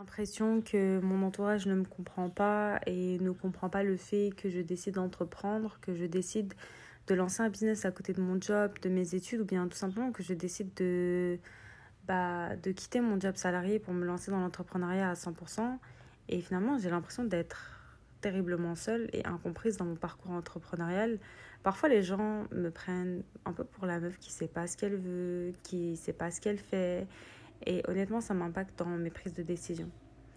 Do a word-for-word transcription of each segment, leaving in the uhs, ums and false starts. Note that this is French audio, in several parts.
l'impression que mon entourage ne me comprend pas et ne comprend pas le fait que je décide d'entreprendre, que je décide de lancer un business à côté de mon job, de mes études, ou bien tout simplement que je décide de, bah, de quitter mon job salarié pour me lancer dans l'entrepreneuriat à cent pour cent. Et finalement, j'ai l'impression d'être terriblement seule et incomprise dans mon parcours entrepreneurial. Parfois, les gens me prennent un peu pour la meuf qui ne sait pas ce qu'elle veut, qui ne sait pas ce qu'elle fait. Et honnêtement, ça m'impacte dans mes prises de décision.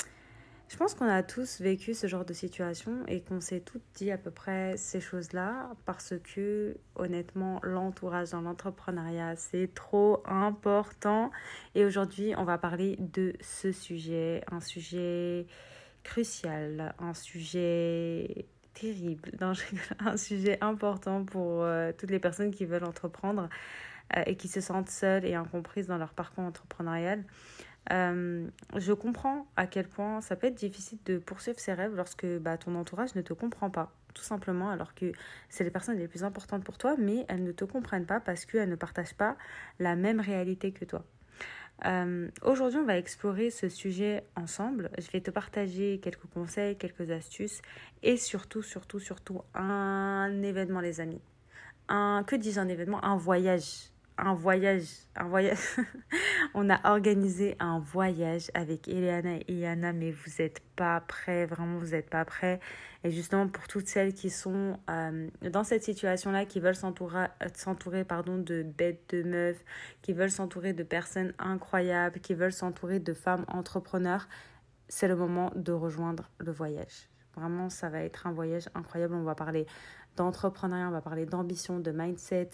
Je pense qu'on a tous vécu ce genre de situation et qu'on s'est toutes dit à peu près ces choses-là parce que, honnêtement, l'entourage dans l'entrepreneuriat, c'est trop important. Et aujourd'hui, on va parler de ce sujet, un sujet crucial, un sujet terrible, non, un sujet important pour euh, toutes les personnes qui veulent entreprendre euh, et qui se sentent seules et incomprises dans leur parcours entrepreneurial. Euh, je comprends à quel point ça peut être difficile de poursuivre ses rêves lorsque bah, ton entourage ne te comprend pas, tout simplement, alors que c'est les personnes les plus importantes pour toi, mais elles ne te comprennent pas parce qu'elles ne partagent pas la même réalité que toi. Euh, aujourd'hui, on va explorer ce sujet ensemble. Je vais te partager quelques conseils, quelques astuces et surtout, surtout, surtout un événement, les amis. Un, que dis-je un événement? Un voyage. Un voyage. Un voyage. On a organisé un voyage avec Eliana et Iana, mais vous n'êtes pas prêts, vraiment, vous n'êtes pas prêts. Et justement, pour toutes celles qui sont euh, dans cette situation-là, qui veulent s'entourer, s'entourer pardon, de bêtes de meufs, qui veulent s'entourer de personnes incroyables, qui veulent s'entourer de femmes entrepreneurs, c'est le moment de rejoindre le voyage. Vraiment, ça va être un voyage incroyable. On va parler d'entrepreneuriat, on va parler d'ambition, de mindset,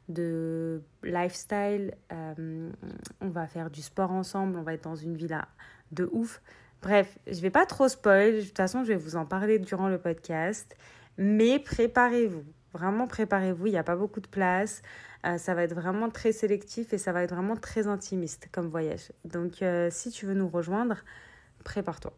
de lifestyle. Euh, on va faire du sport ensemble. On va être dans une villa de ouf. Bref, je ne vais pas trop spoil. De toute façon, je vais vous en parler durant le podcast. Mais préparez-vous. Vraiment, préparez-vous. Il n'y a pas beaucoup de place. Euh, ça va être vraiment très sélectif et ça va être vraiment très intimiste comme voyage. Donc, euh, si tu veux nous rejoindre, prépare-toi.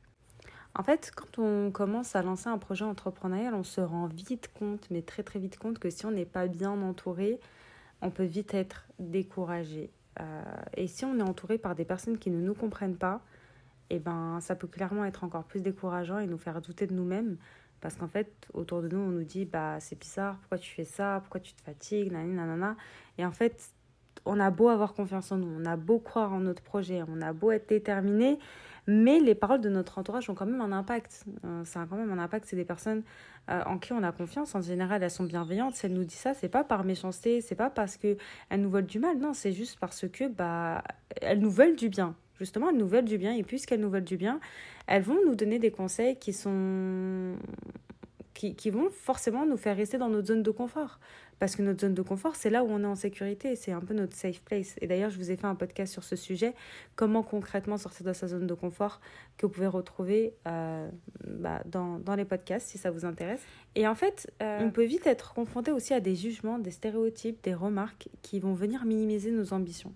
En fait, quand on commence à lancer un projet entrepreneurial, on se rend vite compte, mais très très vite compte que si on n'est pas bien entouré, on peut vite être découragé. Euh, et si on est entouré par des personnes qui ne nous comprennent pas, eh ben, ça peut clairement être encore plus décourageant et nous faire douter de nous-mêmes. Parce qu'en fait, autour de nous, on nous dit bah, « c'est bizarre, pourquoi tu fais ça, pourquoi tu te fatigues, nanana, nanana. » Et en fait, on a beau avoir confiance en nous, on a beau croire en notre projet, on a beau être déterminé, mais les paroles de notre entourage ont quand même un impact. Euh, ça a quand même un impact. C'est des personnes euh, en qui on a confiance. En général, elles sont bienveillantes. Si elles nous disent ça, c'est pas par méchanceté, c'est pas parce qu'elles nous veulent du mal. Non, c'est juste parce que bah, elles nous veulent du bien. Justement, elles nous veulent du bien. Et puisqu'elles nous veulent du bien, elles vont nous donner des conseils qui sont... Qui, qui vont forcément nous faire rester dans notre zone de confort. Parce que notre zone de confort, c'est là où on est en sécurité. C'est un peu notre safe place. Et d'ailleurs, je vous ai fait un podcast sur ce sujet. Comment concrètement sortir de sa zone de confort, que vous pouvez retrouver euh, bah, dans, dans les podcasts si ça vous intéresse. Et en fait, euh, on peut vite être confronté aussi à des jugements, des stéréotypes, des remarques qui vont venir minimiser nos ambitions.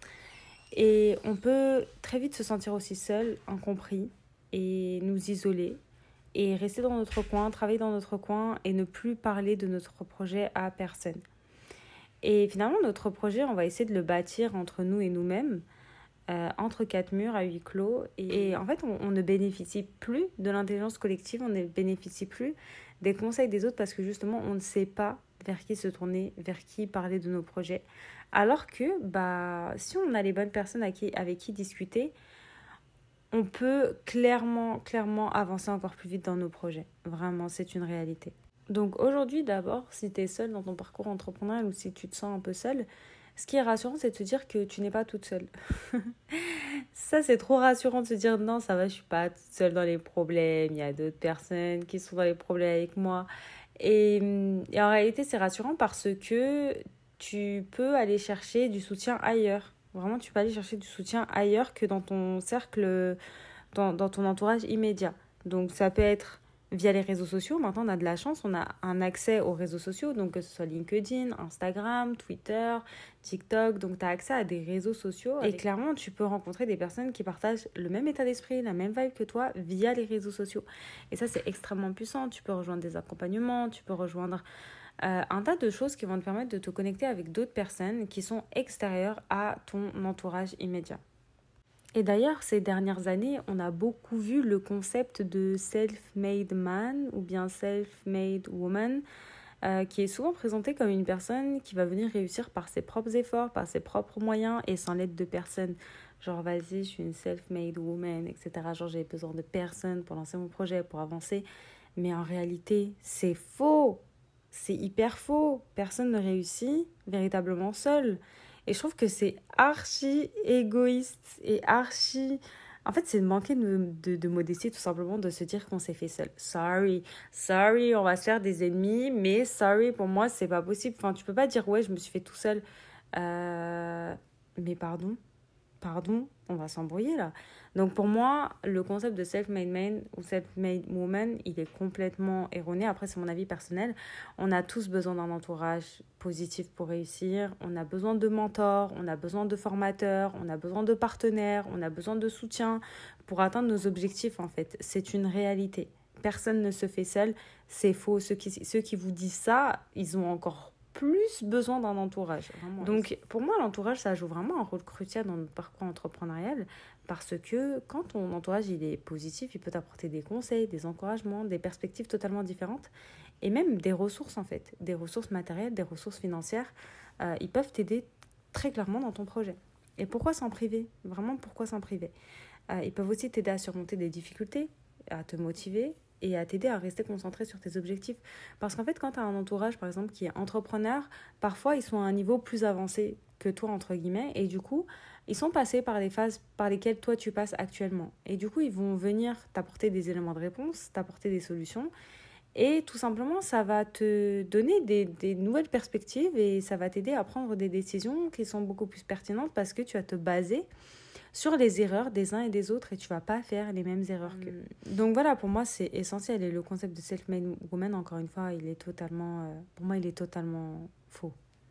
Et on peut très vite se sentir aussi seul, incompris et nous isoler. Et rester dans notre coin, travailler dans notre coin et ne plus parler de notre projet à personne. Et finalement, notre projet, on va essayer de le bâtir entre nous et nous-mêmes, euh, entre quatre murs à huis clos. Et, et en fait, on, on ne bénéficie plus de l'intelligence collective, on ne bénéficie plus des conseils des autres parce que justement, on ne sait pas vers qui se tourner, vers qui parler de nos projets. Alors que bah, si on a les bonnes personnes avec qui, avec qui discuter, on peut clairement, clairement avancer encore plus vite dans nos projets. Vraiment, c'est une réalité. Donc aujourd'hui, d'abord, si tu es seule dans ton parcours entrepreneurial ou si tu te sens un peu seule, ce qui est rassurant, c'est de te dire que tu n'es pas toute seule. Ça, c'est trop rassurant de se dire non, ça va, je suis pas toute seule dans les problèmes. Il y a d'autres personnes qui sont dans les problèmes avec moi. Et, et en réalité, c'est rassurant parce que tu peux aller chercher du soutien ailleurs. Vraiment, tu peux aller chercher du soutien ailleurs que dans ton cercle, dans, dans ton entourage immédiat. Donc, ça peut être via les réseaux sociaux. Maintenant, on a de la chance, on a un accès aux réseaux sociaux, donc que ce soit LinkedIn, Instagram, Twitter, TikTok. Donc, tu as accès à des réseaux sociaux. Et clairement, tu peux rencontrer des personnes qui partagent le même état d'esprit, la même vibe que toi via les réseaux sociaux. Et ça, c'est extrêmement puissant. Tu peux rejoindre des accompagnements, tu peux rejoindre... Euh, un tas de choses qui vont te permettre de te connecter avec d'autres personnes qui sont extérieures à ton entourage immédiat. Et d'ailleurs, ces dernières années, on a beaucoup vu le concept de self-made man ou bien self-made woman, euh, qui est souvent présenté comme une personne qui va venir réussir par ses propres efforts, par ses propres moyens et sans l'aide de personne. Genre, vas-y, je suis une self-made woman, et cetera. Genre, j'ai besoin de personne pour lancer mon projet, pour avancer. Mais en réalité, c'est faux. C'est hyper faux. Personne ne réussit véritablement seul. Et je trouve que c'est archi égoïste et archi... En fait, c'est de manquer de, de, de modestie, tout simplement, de se dire qu'on s'est fait seul. Sorry, sorry, on va se faire des ennemis, mais sorry, pour moi, c'est pas possible. Enfin, tu peux pas dire, ouais, je me suis fait tout seul. Euh... Mais pardon Pardon, on va s'embrouiller là. Donc pour moi, le concept de self-made man ou self-made woman, il est complètement erroné. Après, c'est mon avis personnel. On a tous besoin d'un entourage positif pour réussir. On a besoin de mentors, on a besoin de formateurs, on a besoin de partenaires, on a besoin de soutien pour atteindre nos objectifs en fait. C'est une réalité. Personne ne se fait seul, c'est faux. Ceux qui, ceux qui vous disent ça, ils ont encore plus besoin d'un entourage. Vraiment. Donc, pour moi, l'entourage, ça joue vraiment un rôle crucial dans notre parcours entrepreneurial parce que quand ton entourage il est positif, il peut t'apporter des conseils, des encouragements, des perspectives totalement différentes et même des ressources, en fait, des ressources matérielles, des ressources financières. Euh, ils peuvent t'aider très clairement dans ton projet. Et pourquoi s'en priver ? Vraiment, pourquoi s'en priver ? euh, Ils peuvent aussi t'aider à surmonter des difficultés, à te motiver, et à t'aider à rester concentré sur tes objectifs. Parce qu'en fait, quand tu as un entourage, par exemple, qui est entrepreneur, parfois, ils sont à un niveau plus avancé que toi, entre guillemets, et du coup, ils sont passés par les phases par lesquelles toi, tu passes actuellement. Et du coup, ils vont venir t'apporter des éléments de réponse, t'apporter des solutions, et tout simplement, ça va te donner des, des nouvelles perspectives et ça va t'aider à prendre des décisions qui sont beaucoup plus pertinentes parce que tu vas te baser sur les erreurs des uns et des autres et tu vas pas faire les mêmes erreurs qu'eux. Donc voilà, pour moi, c'est essentiel. Et le concept de self-made woman, encore une fois, il est totalement, euh, pour moi, il est totalement faux.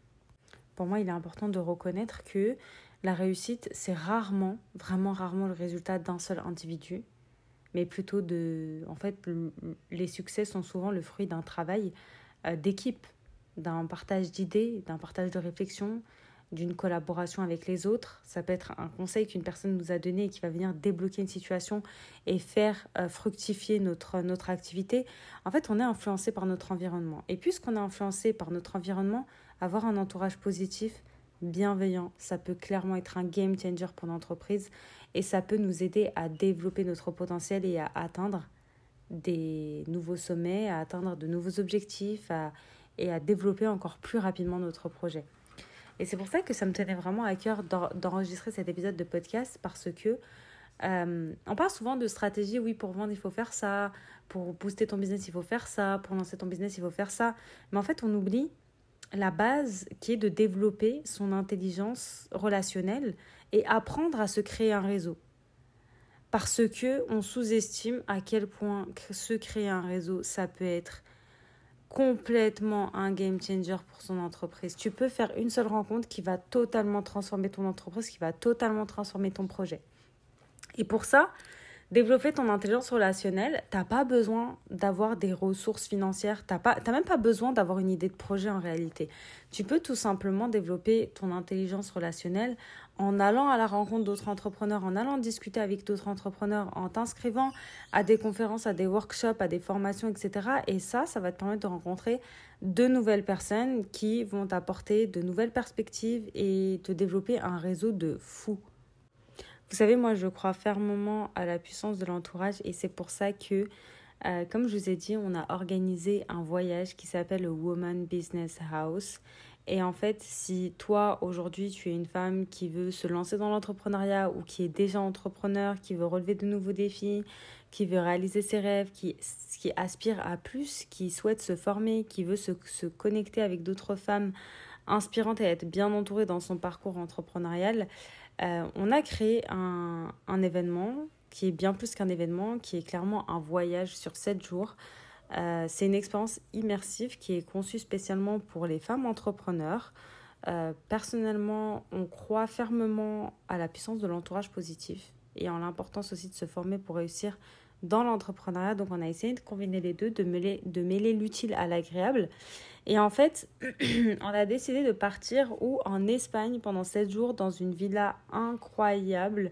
Pour moi, il est important de reconnaître que la réussite, c'est rarement, vraiment rarement le résultat d'un seul individu, mais plutôt de... En fait, les succès sont souvent le fruit d'un travail euh, d'équipe, d'un partage d'idées, d'un partage de réflexions, d'une collaboration avec les autres. Ça peut être un conseil qu'une personne nous a donné et qui va venir débloquer une situation et faire euh, fructifier notre, notre activité. En fait, on est influencé par notre environnement. Et puisqu'on est influencé par notre environnement, avoir un entourage positif, bienveillant, ça peut clairement être un game changer pour l'entreprise et ça peut nous aider à développer notre potentiel et à atteindre des nouveaux sommets, à atteindre de nouveaux objectifs à, et à développer encore plus rapidement notre projet. Et c'est pour ça que ça me tenait vraiment à cœur d'enregistrer cet épisode de podcast parce que euh, on parle souvent de stratégie, oui, pour vendre, il faut faire ça, pour booster ton business, il faut faire ça, pour lancer ton business, il faut faire ça. Mais en fait, on oublie la base qui est de développer son intelligence relationnelle et apprendre à se créer un réseau. Parce qu'on sous-estime à quel point se créer un réseau, ça peut être complètement un game changer pour son entreprise. Tu peux faire une seule rencontre qui va totalement transformer ton entreprise, qui va totalement transformer ton projet. Et pour ça, développer ton intelligence relationnelle, tu n'as pas besoin d'avoir des ressources financières, tu n'as même pas besoin d'avoir une idée de projet en réalité. Tu peux tout simplement développer ton intelligence relationnelle en allant à la rencontre d'autres entrepreneurs, en allant discuter avec d'autres entrepreneurs, en t'inscrivant à des conférences, à des workshops, à des formations, et cetera. Et ça, ça va te permettre de rencontrer de nouvelles personnes qui vont t'apporter de nouvelles perspectives et te développer un réseau de fous. Vous savez, moi, je crois fermement à la puissance de l'entourage et c'est pour ça que, euh, comme je vous ai dit, on a organisé un voyage qui s'appelle le Woman Business House. Et en fait, si toi, aujourd'hui, tu es une femme qui veut se lancer dans l'entrepreneuriat ou qui est déjà entrepreneur, qui veut relever de nouveaux défis, qui veut réaliser ses rêves, qui, qui aspire à plus, qui souhaite se former, qui veut se, se connecter avec d'autres femmes inspirantes et être bien entourée dans son parcours entrepreneurial, euh, on a créé un, un événement qui est bien plus qu'un événement, qui est clairement un voyage sur sept jours. Euh, c'est une expérience immersive qui est conçue spécialement pour les femmes entrepreneurs. Euh, personnellement, on croit fermement à la puissance de l'entourage positif et en l'importance aussi de se former pour réussir dans l'entrepreneuriat. Donc, on a essayé de combiner les deux, de mêler, de mêler l'utile à l'agréable. Et en fait, on a décidé de partir où en Espagne pendant sept jours dans une villa incroyable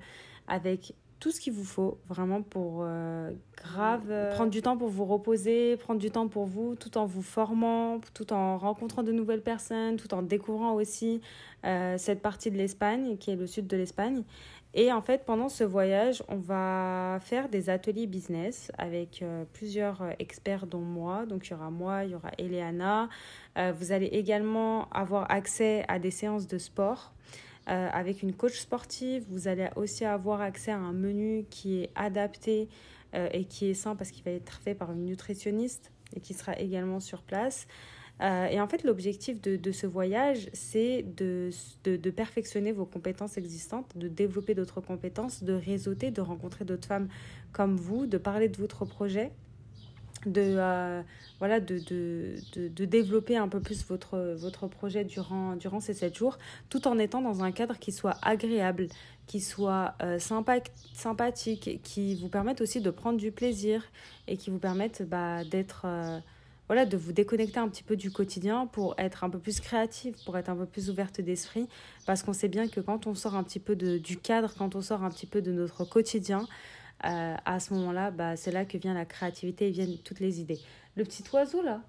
avec tout ce qu'il vous faut vraiment pour euh, grave euh, prendre du temps pour vous reposer, prendre du temps pour vous, tout en vous formant, tout en rencontrant de nouvelles personnes, tout en découvrant aussi euh, cette partie de l'Espagne, qui est le sud de l'Espagne. Et en fait, pendant ce voyage, on va faire des ateliers business avec euh, plusieurs experts, dont moi. Donc, il y aura moi, il y aura Eleana. Euh, vous allez également avoir accès à des séances de sport. Euh, avec une coach sportive, vous allez aussi avoir accès à un menu qui est adapté euh, et qui est sain parce qu'il va être fait par une nutritionniste et qui sera également sur place. Euh, et en fait, l'objectif de, de ce voyage, c'est de, de, de perfectionner vos compétences existantes, de développer d'autres compétences, de réseauter, de rencontrer d'autres femmes comme vous, de parler de votre projet, de, euh, voilà, de, de, de, de développer un peu plus votre, votre projet durant, durant ces sept jours, tout en étant dans un cadre qui soit agréable, qui soit euh, sympa, sympathique, qui vous permette aussi de prendre du plaisir et qui vous permette bah, d'être, euh, voilà, de vous déconnecter un petit peu du quotidien pour être un peu plus créative, pour être un peu plus ouverte d'esprit, parce qu'on sait bien que quand on sort un petit peu de, du cadre, quand on sort un petit peu de notre quotidien, Euh, à ce moment-là, bah, c'est là que vient la créativité et viennent toutes les idées. Le petit oiseau, là,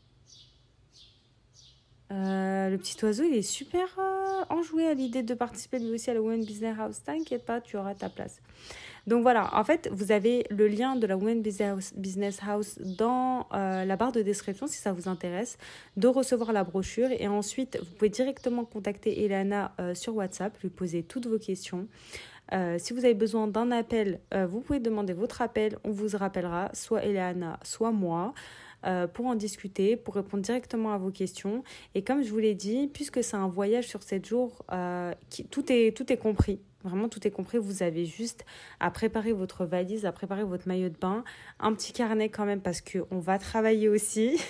euh, le petit oiseau, il est super euh, enjoué à l'idée de participer lui aussi à la Women Business House. T'inquiète pas, tu auras ta place. Donc voilà, en fait, vous avez le lien de la Women Business House dans euh, la barre de description si ça vous intéresse, de recevoir la brochure. Et ensuite, vous pouvez directement contacter Eleana euh, sur WhatsApp, lui poser toutes vos questions. Euh, si vous avez besoin d'un appel, euh, vous pouvez demander votre appel, on vous rappellera, soit Eleana, soit moi, euh, pour en discuter, pour répondre directement à vos questions. Et comme je vous l'ai dit, puisque c'est un voyage sur sept jours, euh, qui, tout est, tout est compris. Vraiment, tout est compris. Vous avez juste à préparer votre valise, à préparer votre maillot de bain, un petit carnet quand même parce qu'on va travailler aussi.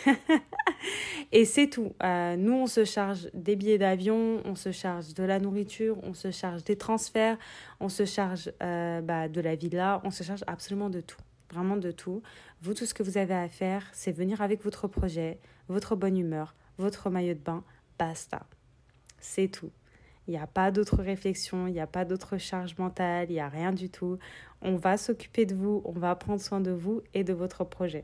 Et c'est tout. Euh, nous, on se charge des billets d'avion, on se charge de la nourriture, on se charge des transferts, on se charge euh, bah, de la villa, on se charge absolument de tout. Vraiment de tout. Vous, tout ce que vous avez à faire, c'est venir avec votre projet, votre bonne humeur, votre maillot de bain, basta. C'est tout. Il n'y a pas d'autre réflexion, il n'y a pas d'autre charge mentale, il n'y a rien du tout. On va s'occuper de vous, on va prendre soin de vous et de votre projet.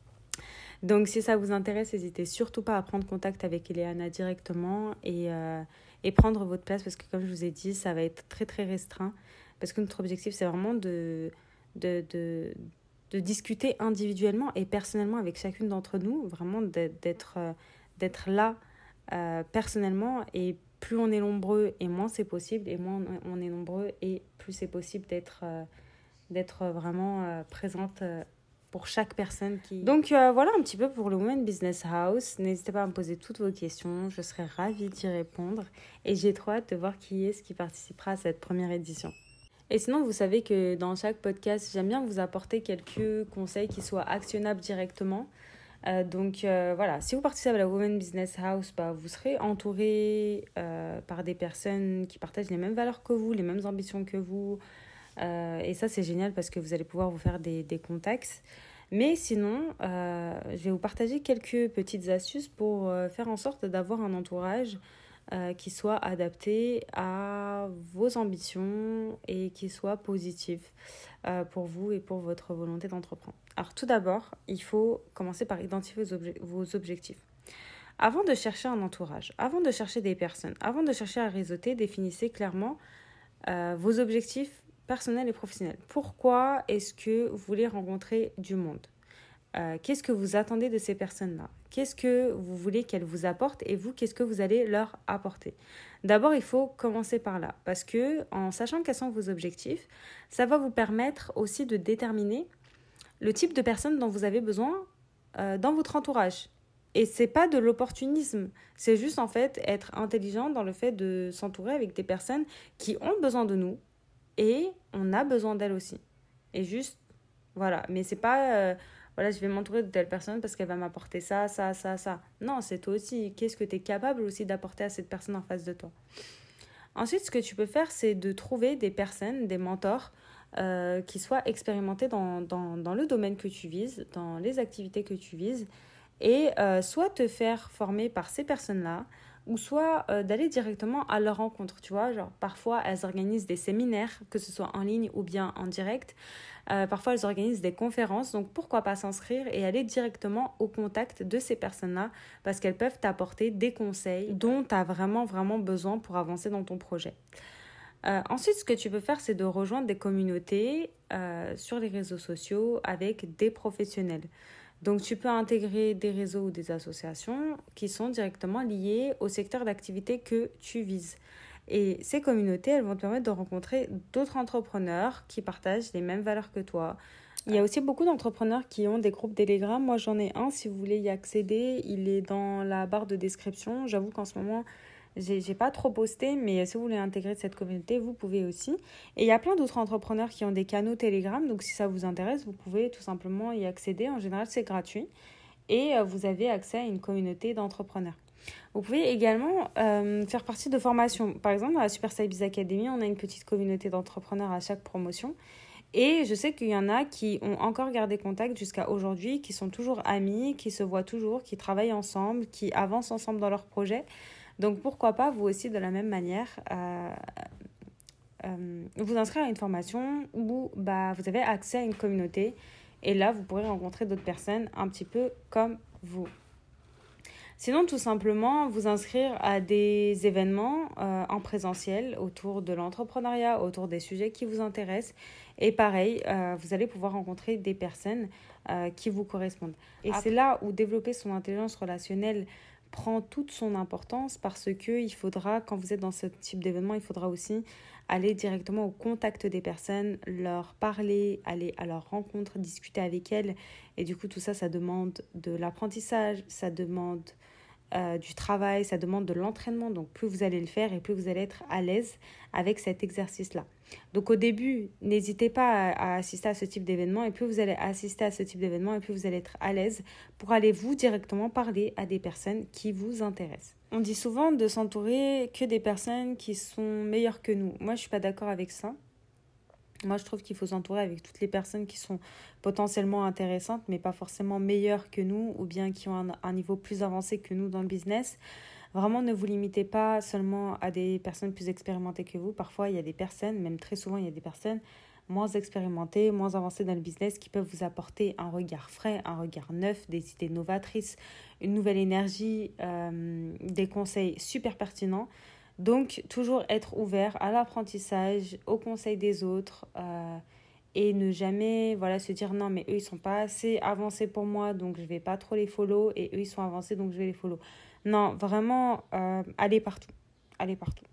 Donc, si ça vous intéresse, n'hésitez surtout pas à prendre contact avec Eleana directement et, euh, et prendre votre place parce que, comme je vous ai dit, ça va être très, très restreint parce que notre objectif, c'est vraiment de, de, de, de discuter individuellement et personnellement avec chacune d'entre nous, vraiment d'être, d'être là euh, personnellement. Et plus on est nombreux et moins c'est possible, et moins on est nombreux et plus c'est possible d'être, euh, d'être vraiment euh, présente euh, pour chaque personne qui... Donc euh, voilà un petit peu pour le Women Business House. N'hésitez pas à me poser toutes vos questions, je serai ravie d'y répondre et j'ai trop hâte de voir qui est-ce qui participera à cette première édition. Et sinon, vous savez que dans chaque podcast, j'aime bien vous apporter quelques conseils qui soient actionnables directement. Euh, donc euh, voilà, si vous participez à la Women Business House, bah, vous serez entouré euh, par des personnes qui partagent les mêmes valeurs que vous, les mêmes ambitions que vous. Euh, et ça, c'est génial parce que vous allez pouvoir vous faire des, des contacts. Mais sinon, euh, je vais vous partager quelques petites astuces pour euh, faire en sorte d'avoir un entourage euh, qui soit adapté à vos ambitions et qui soit positif euh, pour vous et pour votre volonté d'entreprendre. Alors tout d'abord, il faut commencer par identifier vos, obje- vos objectifs. Avant de chercher un entourage, avant de chercher des personnes, avant de chercher à réseauter, définissez clairement euh, vos objectifs personnels et professionnels. Pourquoi est-ce que vous voulez rencontrer du monde ? euh, Qu'est-ce que vous attendez de ces personnes-là ? Qu'est-ce que vous voulez qu'elles vous apportent et vous, qu'est-ce que vous allez leur apporter ? D'abord, il faut commencer par là parce que en sachant quels sont vos objectifs, ça va vous permettre aussi de déterminer le type de personnes dont vous avez besoin euh, dans votre entourage. Et c'est pas de l'opportunisme, c'est juste en fait être intelligent dans le fait de s'entourer avec des personnes qui ont besoin de nous et on a besoin d'elles aussi. Et juste, voilà, mais c'est pas, euh, voilà, je vais m'entourer de telle personne parce qu'elle va m'apporter ça, ça, ça, ça. Non, c'est toi aussi, qu'est-ce que tu es capable aussi d'apporter à cette personne en face de toi. Ensuite, ce que tu peux faire, c'est de trouver des personnes, des mentors, euh, qui soient expérimentés dans, dans, dans le domaine que tu vises, dans les activités que tu vises, et euh, soit te faire former par ces personnes-là, ou soit euh, d'aller directement à leur rencontre, tu vois. Genre, parfois, elles organisent des séminaires, que ce soit en ligne ou bien en direct. Euh, parfois, elles organisent des conférences. Donc, pourquoi pas s'inscrire et aller directement au contact de ces personnes-là parce qu'elles peuvent t'apporter des conseils dont tu as vraiment, vraiment besoin pour avancer dans ton projet. Euh, ensuite, ce que tu peux faire, c'est de rejoindre des communautés euh, sur les réseaux sociaux avec des professionnels. Donc, tu peux intégrer des réseaux ou des associations qui sont directement liés au secteur d'activité que tu vises. Et ces communautés, elles vont te permettre de rencontrer d'autres entrepreneurs qui partagent les mêmes valeurs que toi. Il y a aussi beaucoup d'entrepreneurs qui ont des groupes Telegram. Moi, j'en ai un. Si vous voulez y accéder, il est dans la barre de description. J'avoue qu'en ce moment, j'ai, j'ai pas trop posté, mais si vous voulez intégrer cette communauté, vous pouvez aussi. Et il y a plein d'autres entrepreneurs qui ont des canaux Telegram. Donc, si ça vous intéresse, vous pouvez tout simplement y accéder. En général, c'est gratuit. Et euh, vous avez accès à une communauté d'entrepreneurs. Vous pouvez également euh, faire partie de formations. Par exemple, à la Super Side Biz Academy, on a une petite communauté d'entrepreneurs à chaque promotion. Et je sais qu'il y en a qui ont encore gardé contact jusqu'à aujourd'hui, qui sont toujours amis, qui se voient toujours, qui travaillent ensemble, qui avancent ensemble dans leurs projets. Donc, pourquoi pas, vous aussi, de la même manière, euh, euh, vous inscrire à une formation où bah, vous avez accès à une communauté. Et là, vous pourrez rencontrer d'autres personnes un petit peu comme vous. Sinon, tout simplement, vous inscrire à des événements euh, en présentiel autour de l'entrepreneuriat, autour des sujets qui vous intéressent. Et pareil, euh, vous allez pouvoir rencontrer des personnes euh, qui vous correspondent. Et Après... c'est là où développer son intelligence relationnelle prend toute son importance parce qu'il faudra, quand vous êtes dans ce type d'événement, il faudra aussi aller directement au contact des personnes, leur parler, aller à leur rencontre, discuter avec elles. Et du coup, tout ça, ça demande de l'apprentissage, ça demande euh, du travail, ça demande de l'entraînement. Donc, plus vous allez le faire et plus vous allez être à l'aise avec cet exercice-là. Donc, au début, n'hésitez pas à, à assister à ce type d'événement. Et plus vous allez assister à ce type d'événement, et plus vous allez être à l'aise pour aller vous directement parler à des personnes qui vous intéressent. On dit souvent de s'entourer que des personnes qui sont meilleures que nous. Moi, je ne suis pas d'accord avec ça. Moi, je trouve qu'il faut s'entourer avec toutes les personnes qui sont potentiellement intéressantes, mais pas forcément meilleures que nous, ou bien qui ont un, un niveau plus avancé que nous dans le business. Vraiment, ne vous limitez pas seulement à des personnes plus expérimentées que vous. Parfois, il y a des personnes, même très souvent, il y a des personnes moins expérimentées, moins avancées dans le business qui peuvent vous apporter un regard frais, un regard neuf, des idées novatrices, une nouvelle énergie, euh, des conseils super pertinents. Donc, toujours être ouvert à l'apprentissage, aux conseils des autres euh, et ne jamais voilà, se dire non, mais eux, ils ne sont pas assez avancés pour moi, donc je ne vais pas trop les follow et eux, ils sont avancés, donc je vais les follow. Non, vraiment, euh, allez partout. Allez partout.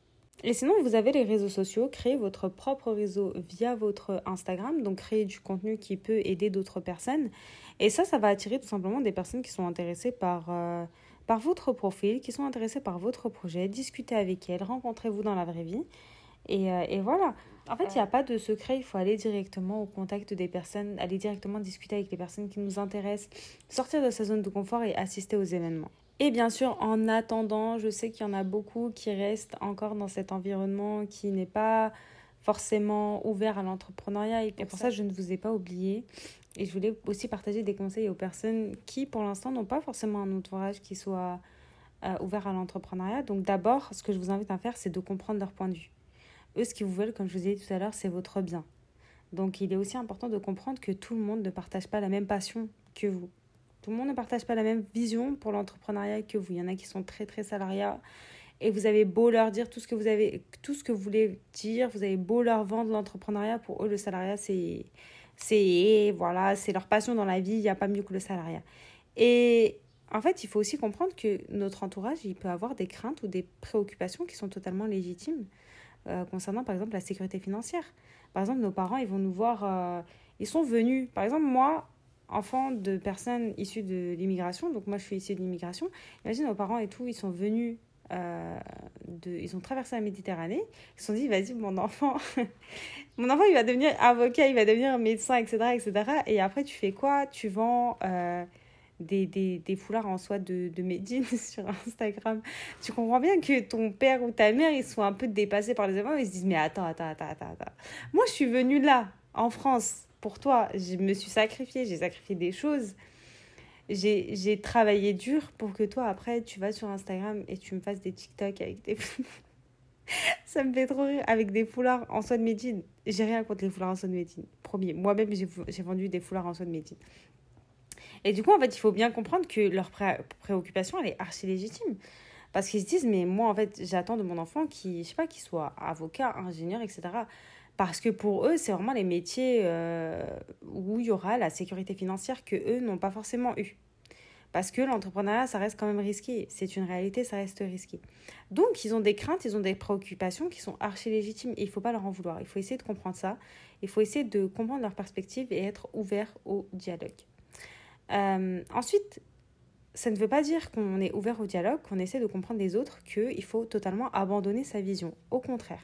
Et sinon, vous avez les réseaux sociaux. Créez votre propre réseau via votre Instagram. Donc, créez du contenu qui peut aider d'autres personnes. Et ça, ça va attirer tout simplement des personnes qui sont intéressées par... Euh, par votre profil, qui sont intéressés par votre projet, discutez avec elles, rencontrez-vous dans la vraie vie. Et, euh, et voilà. En fait, il n'y a pas de secret, il faut aller directement au contact des personnes, aller directement discuter avec les personnes qui nous intéressent, sortir de sa zone de confort et assister aux événements. Et bien sûr, en attendant, je sais qu'il y en a beaucoup qui restent encore dans cet environnement qui n'est pas forcément ouvert à l'entrepreneuriat. Et pour ça, je ne vous ai pas oublié. Et je voulais aussi partager des conseils aux personnes qui, pour l'instant, n'ont pas forcément un entourage qui soit euh, ouvert à l'entrepreneuriat. Donc d'abord, ce que je vous invite à faire, c'est de comprendre leur point de vue. Eux, ce qu'ils vous veulent, comme je vous ai dit tout à l'heure, c'est votre bien. Donc il est aussi important de comprendre que tout le monde ne partage pas la même passion que vous. Tout le monde ne partage pas la même vision pour l'entrepreneuriat que vous. Il y en a qui sont très, très salariats. Et vous avez beau leur dire tout ce que vous avez, tout ce que vous voulez dire, vous avez beau leur vendre l'entrepreneuriat, pour eux, le salariat, c'est... C'est, voilà, c'est leur passion dans la vie, il n'y a pas mieux que le salariat. Et en fait, il faut aussi comprendre que notre entourage, il peut avoir des craintes ou des préoccupations qui sont totalement légitimes euh, concernant, par exemple, la sécurité financière. Par exemple, nos parents, ils vont nous voir, euh, ils sont venus, par exemple, moi, enfant de personnes issues de l'immigration, donc moi, je suis issue de l'immigration, imagine, nos parents et tout, ils sont venus Euh, de, ils ont traversé la Méditerranée, ils se sont dit, vas-y, mon enfant, mon enfant, il va devenir avocat, il va devenir médecin, et cetera, et cetera. Et après, tu fais quoi? Tu vends euh, des, des, des foulards en soie de, de Médine sur Instagram. Tu comprends bien que ton père ou ta mère, ils sont un peu dépassés par les événements, ils se disent, mais attends, attends, attends, attends, attends. Moi, je suis venue là, en France, pour toi, je me suis sacrifiée, j'ai sacrifié des choses. J'ai, j'ai travaillé dur pour que toi, après, tu vas sur Instagram et tu me fasses des TikTok avec des... Ça me fait trop rire. Avec des foulards en soie de médine. J'ai rien contre les foulards en soie de médine. Premier. Moi-même, j'ai, j'ai vendu des foulards en soie de médine. Et du coup, en fait, il faut bien comprendre que leur pré- préoccupation, elle est archi légitime. Parce qu'ils se disent, mais moi, en fait, j'attends de mon enfant qu'il, je sais pas, qu'il soit avocat, ingénieur, et cetera. Parce que pour eux, c'est vraiment les métiers euh, où il y aura la sécurité financière que eux n'ont pas forcément eu. Parce que l'entrepreneuriat, ça reste quand même risqué. C'est une réalité, ça reste risqué. Donc, ils ont des craintes, ils ont des préoccupations qui sont archi légitimes. Et il ne faut pas leur en vouloir. Il faut essayer de comprendre ça. Il faut essayer de comprendre leur perspective et être ouvert au dialogue. Euh, ensuite, ça ne veut pas dire qu'on est ouvert au dialogue, qu'on essaie de comprendre les autres, qu'il faut totalement abandonner sa vision. Au contraire.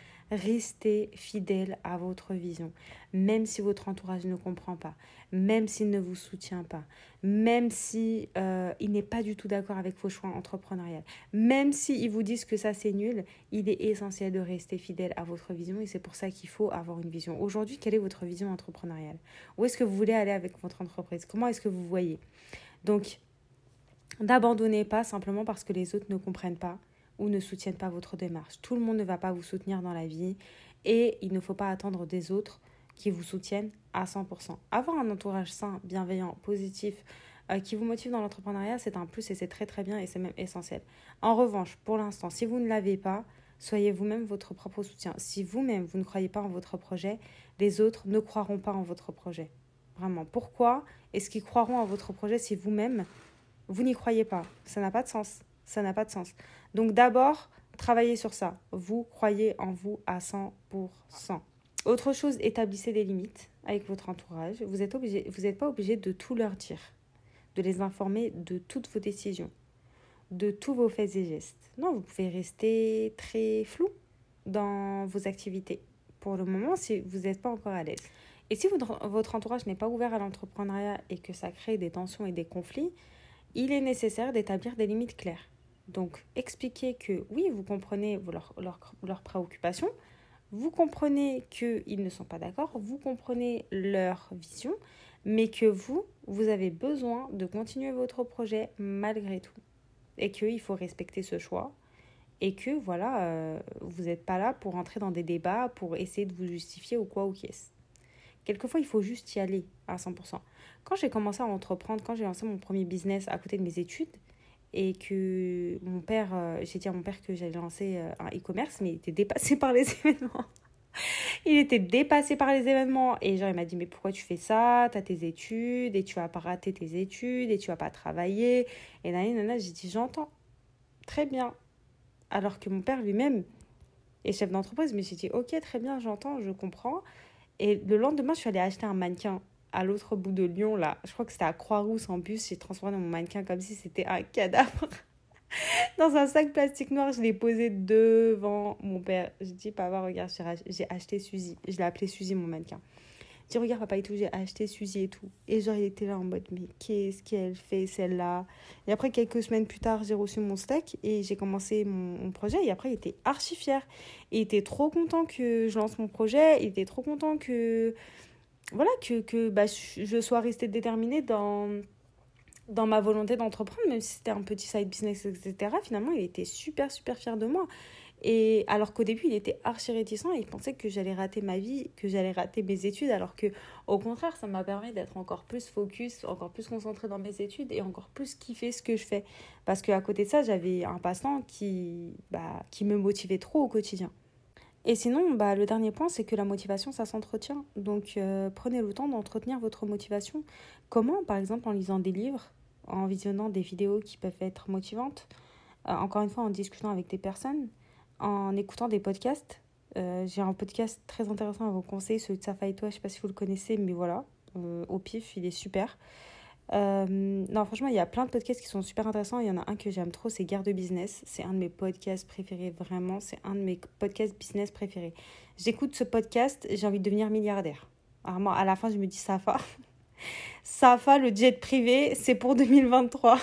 Restez fidèle à votre vision, même si votre entourage ne comprend pas, même s'il ne vous soutient pas, même si euh, il n'est pas du tout d'accord avec vos choix entrepreneuriaux, même s'ils vous disent que ça c'est nul, il est essentiel de rester fidèle à votre vision et c'est pour ça qu'il faut avoir une vision. Aujourd'hui, quelle est votre vision entrepreneuriale ? Où est-ce que vous voulez aller avec votre entreprise ? Comment est-ce que vous voyez ? Donc, n'abandonnez pas simplement parce que les autres ne comprennent pas ou ne soutiennent pas votre démarche. Tout le monde ne va pas vous soutenir dans la vie et il ne faut pas attendre des autres qui vous soutiennent à cent pour cent. Avoir un entourage sain, bienveillant, positif, euh, qui vous motive dans l'entrepreneuriat, c'est un plus et c'est très très bien et c'est même essentiel. En revanche, pour l'instant, si vous ne l'avez pas, soyez vous-même votre propre soutien. Si vous-même, vous ne croyez pas en votre projet, les autres ne croiront pas en votre projet. Vraiment. Pourquoi est-ce qu'ils croiront en votre projet si vous-même, vous n'y croyez pas ? Ça n'a pas de sens. Ça n'a pas de sens. Donc d'abord, travaillez sur ça. Vous croyez en vous à cent pour cent. Autre chose, établissez des limites avec votre entourage. Vous n'êtes obligé, vous n'êtes pas obligé de tout leur dire, de les informer de toutes vos décisions, de tous vos faits et gestes. Non, vous pouvez rester très flou dans vos activités. Pour le moment, si vous n'êtes pas encore à l'aise. Et si votre, votre entourage n'est pas ouvert à l'entrepreneuriat et que ça crée des tensions et des conflits, il est nécessaire d'établir des limites claires. Donc, expliquez que oui, vous comprenez leurs leur, leur préoccupations, vous comprenez qu'ils ne sont pas d'accord, vous comprenez leur vision, mais que vous, vous avez besoin de continuer votre projet malgré tout. Et qu'il faut respecter ce choix. Et que, voilà, euh, vous n'êtes pas là pour entrer dans des débats, pour essayer de vous justifier ou quoi ou qu'est-ce. Quelquefois, il faut juste y aller à cent pour cent. Quand j'ai commencé à entreprendre, quand j'ai lancé mon premier business à côté de mes études, et que mon père, euh, j'ai dit à mon père que j'allais lancer euh, un e-commerce, mais il était dépassé par les événements. Il était dépassé par les événements. Et genre, il m'a dit, mais pourquoi tu fais ça ? T'as tes études, et tu vas pas rater tes études, et tu vas pas travailler. Et là, nana, j'ai dit, j'entends. Très bien. Alors que mon père lui-même est chef d'entreprise, mais j'ai dit, ok, très bien, j'entends, je comprends. Et le lendemain, je suis allée acheter un mannequin à l'autre bout de Lyon, là. Je crois que c'était à Croix-Rousse en bus. J'ai transformé mon mannequin comme si c'était un cadavre. Dans un sac plastique noir, je l'ai posé devant mon père. Je dis, papa, regarde, j'ai acheté Suzy. Je l'ai appelé Suzy, mon mannequin. Je dis, regarde, papa et tout, j'ai acheté Suzy et tout. Et genre, il était là en mode, mais qu'est-ce qu'elle fait, celle-là ? Et après, quelques semaines plus tard, j'ai reçu mon steak et j'ai commencé mon, mon projet. Et après, il était archi fier. Il était trop content que je lance mon projet. Il était trop content que... Voilà, que, que bah, je sois restée déterminée dans, dans ma volonté d'entreprendre, même si c'était un petit side business, et cetera. Finalement, il était super, super fier de moi. Et alors qu'au début, il était archi réticent et il pensait que j'allais rater ma vie, que j'allais rater mes études, alors que au contraire, ça m'a permis d'être encore plus focus, encore plus concentrée dans mes études et encore plus kiffer ce que je fais. Parce qu'à côté de ça, j'avais un passe-temps qui, bah, qui me motivait trop au quotidien. Et sinon, bah, le dernier point, c'est que la motivation, ça s'entretient. Donc, euh, prenez le temps d'entretenir votre motivation. Comment ? Par exemple, en lisant des livres, en visionnant des vidéos qui peuvent être motivantes, euh, encore une fois, en discutant avec des personnes, en écoutant des podcasts. Euh, j'ai un podcast très intéressant à vous conseiller, celui de Safa et toi, je ne sais pas si vous le connaissez, mais voilà, euh, au pif, il est super. Euh, non, franchement, il y a plein de podcasts qui sont super intéressants. Il y en a un que j'aime trop, c'est Guerre de Business. C'est un de mes podcasts préférés, vraiment. C'est un de mes podcasts business préférés. J'écoute ce podcast, j'ai envie de devenir milliardaire. Vraiment, à la fin, je me dis, Safa, Safa, le jet privé, c'est pour deux mille vingt-trois.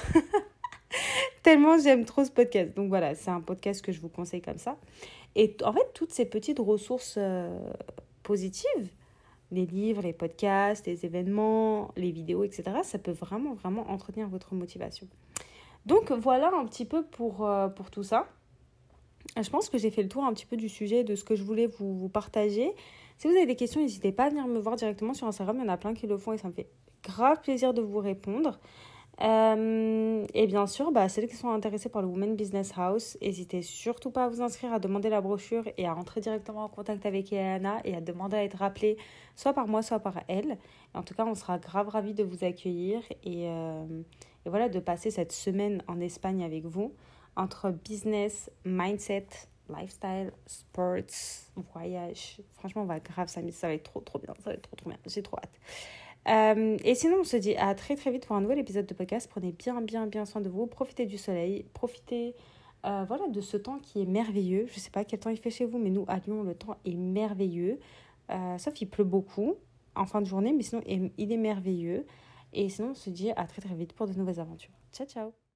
Tellement j'aime trop ce podcast. Donc voilà, c'est un podcast que je vous conseille comme ça. Et en fait, toutes ces petites ressources euh, positives, les livres, les podcasts, les événements, les vidéos, et cetera. Ça peut vraiment, vraiment entretenir votre motivation. Donc voilà un petit peu pour, euh, pour tout ça. Je pense que j'ai fait le tour un petit peu du sujet, de ce que je voulais vous, vous partager. Si vous avez des questions, n'hésitez pas à venir me voir directement sur Instagram. Il y en a plein qui le font et ça me fait grave plaisir de vous répondre. Euh, et bien sûr, bah, celles qui sont intéressées par le Women Business House, n'hésitez surtout pas à vous inscrire, à demander la brochure et à entrer directement en contact avec Eliana et à demander à être rappelée soit par moi, soit par elle. Et en tout cas, on sera grave ravis de vous accueillir et, euh, et voilà, de passer cette semaine en Espagne avec vous entre business, mindset, lifestyle, sports, voyage. Franchement, on va grave s'amuser, ça va être trop, trop bien, ça va être trop, trop bien, j'ai trop hâte. Euh, et sinon, on se dit à très très vite pour un nouvel épisode de podcast. Prenez bien bien bien soin de vous, profitez du soleil, profitez euh, voilà, de ce temps qui est merveilleux. Je ne sais pas quel temps il fait chez vous, mais nous à Lyon, le temps est merveilleux. Euh, sauf qu'il pleut beaucoup en fin de journée, mais sinon il est merveilleux. Et sinon, on se dit à très très vite pour de nouvelles aventures. Ciao ciao.